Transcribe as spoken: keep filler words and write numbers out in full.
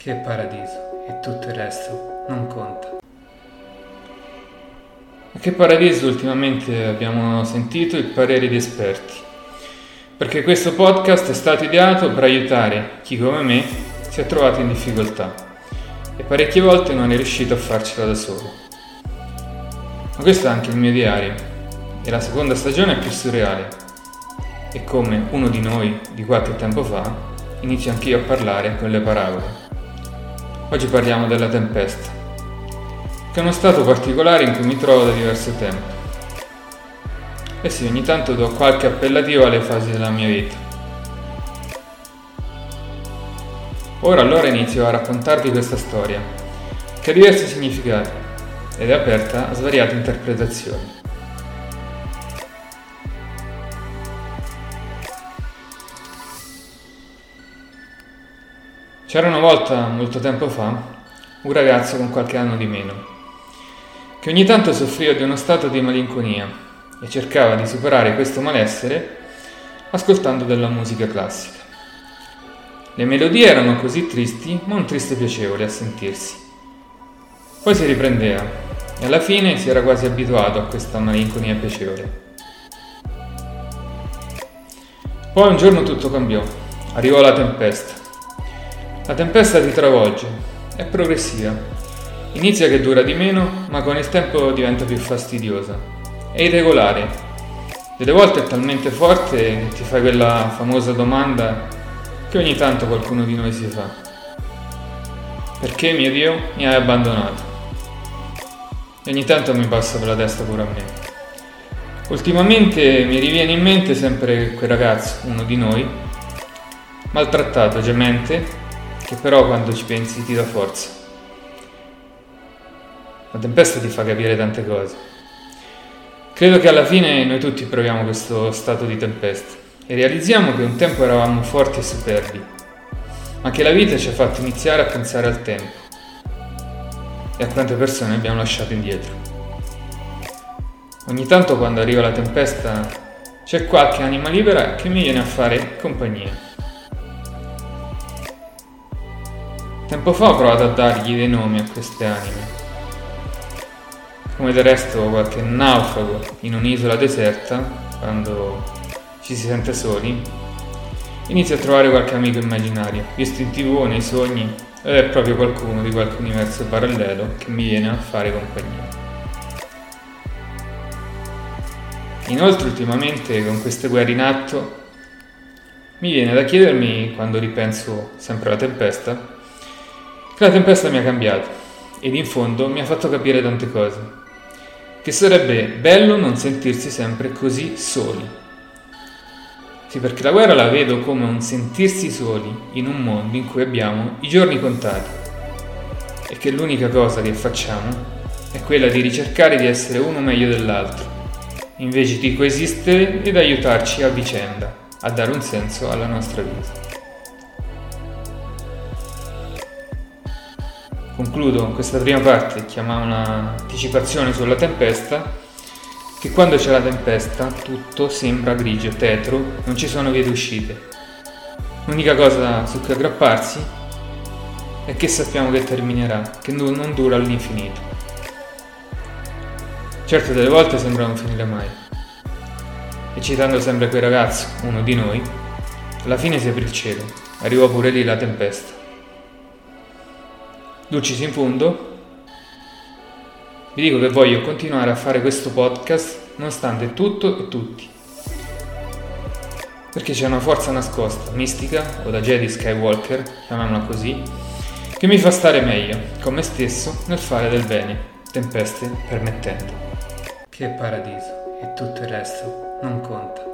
Che paradiso, e tutto il resto non conta. A che paradiso ultimamente abbiamo sentito i pareri di esperti, perché questo podcast è stato ideato per aiutare chi come me si è trovato in difficoltà e parecchie volte non è riuscito a farcela da solo. Ma questo è anche il mio diario e la seconda stagione è più surreale e come uno di noi di qualche tempo fa inizio anch'io a parlare con le parabole. Oggi parliamo della tempesta, che è uno stato particolare in cui mi trovo da diverso tempo. E sì, ogni tanto do qualche appellativo alle fasi della mia vita. Ora allora inizio a raccontarvi questa storia, che ha diversi significati ed è aperta a svariate interpretazioni. C'era una volta, molto tempo fa, un ragazzo con qualche anno di meno, che ogni tanto soffriva di uno stato di malinconia e cercava di superare questo malessere ascoltando della musica classica. Le melodie erano così tristi, ma un triste piacevole a sentirsi. Poi si riprendeva e alla fine si era quasi abituato a questa malinconia piacevole. Poi un giorno tutto cambiò, arrivò la tempesta. La tempesta ti travolge, è progressiva, inizia che dura di meno, ma con il tempo diventa più fastidiosa, è irregolare, delle volte è talmente forte che ti fai quella famosa domanda che ogni tanto qualcuno di noi si fa: perché, mio Dio, mi hai abbandonato? E ogni tanto mi passa per la testa pure a me. Ultimamente mi riviene in mente sempre quel ragazzo, uno di noi, maltrattato, gemente, che però quando ci pensi ti dà forza. La tempesta ti fa capire tante cose. Credo che alla fine noi tutti proviamo questo stato di tempesta e realizziamo che un tempo eravamo forti e superbi, ma che la vita ci ha fatto iniziare a pensare al tempo e a quante persone abbiamo lasciato indietro. Ogni tanto quando arriva la tempesta c'è qualche anima libera che mi viene a fare compagnia. Tempo fa ho provato a dargli dei nomi a queste anime, come del resto qualche naufrago in un'isola deserta, quando ci si sente soli, inizia a trovare qualche amico immaginario, visto in tv o nei sogni, ed è proprio qualcuno di qualche universo parallelo che mi viene a fare compagnia. Inoltre ultimamente con queste guerre in atto mi viene da chiedermi, quando ripenso sempre alla tempesta, che la tempesta mi ha cambiato ed in fondo mi ha fatto capire tante cose, che sarebbe bello non sentirsi sempre così soli. Sì, perché la guerra la vedo come un sentirsi soli in un mondo in cui abbiamo i giorni contati e che l'unica cosa che facciamo è quella di ricercare di essere uno meglio dell'altro, invece di coesistere ed aiutarci a vicenda a dare un senso alla nostra vita. Concludo questa prima parte, chiamata un'anticipazione sulla tempesta, che quando c'è la tempesta tutto sembra grigio, tetro, non ci sono vie d'uscite. L'unica cosa su cui aggrapparsi è che sappiamo che terminerà, che non dura all'infinito. Certo, delle volte sembra non finire mai. E citando sempre quel ragazzo, uno di noi, alla fine si aprì il cielo, arrivò pure lì la tempesta. Lucis in fondo, vi dico che voglio continuare a fare questo podcast nonostante tutto e tutti, perché c'è una forza nascosta, mistica o da Jedi Skywalker, chiamiamola così, che mi fa stare meglio con me stesso nel fare del bene, tempeste permettendo. Che paradiso, e tutto il resto non conta.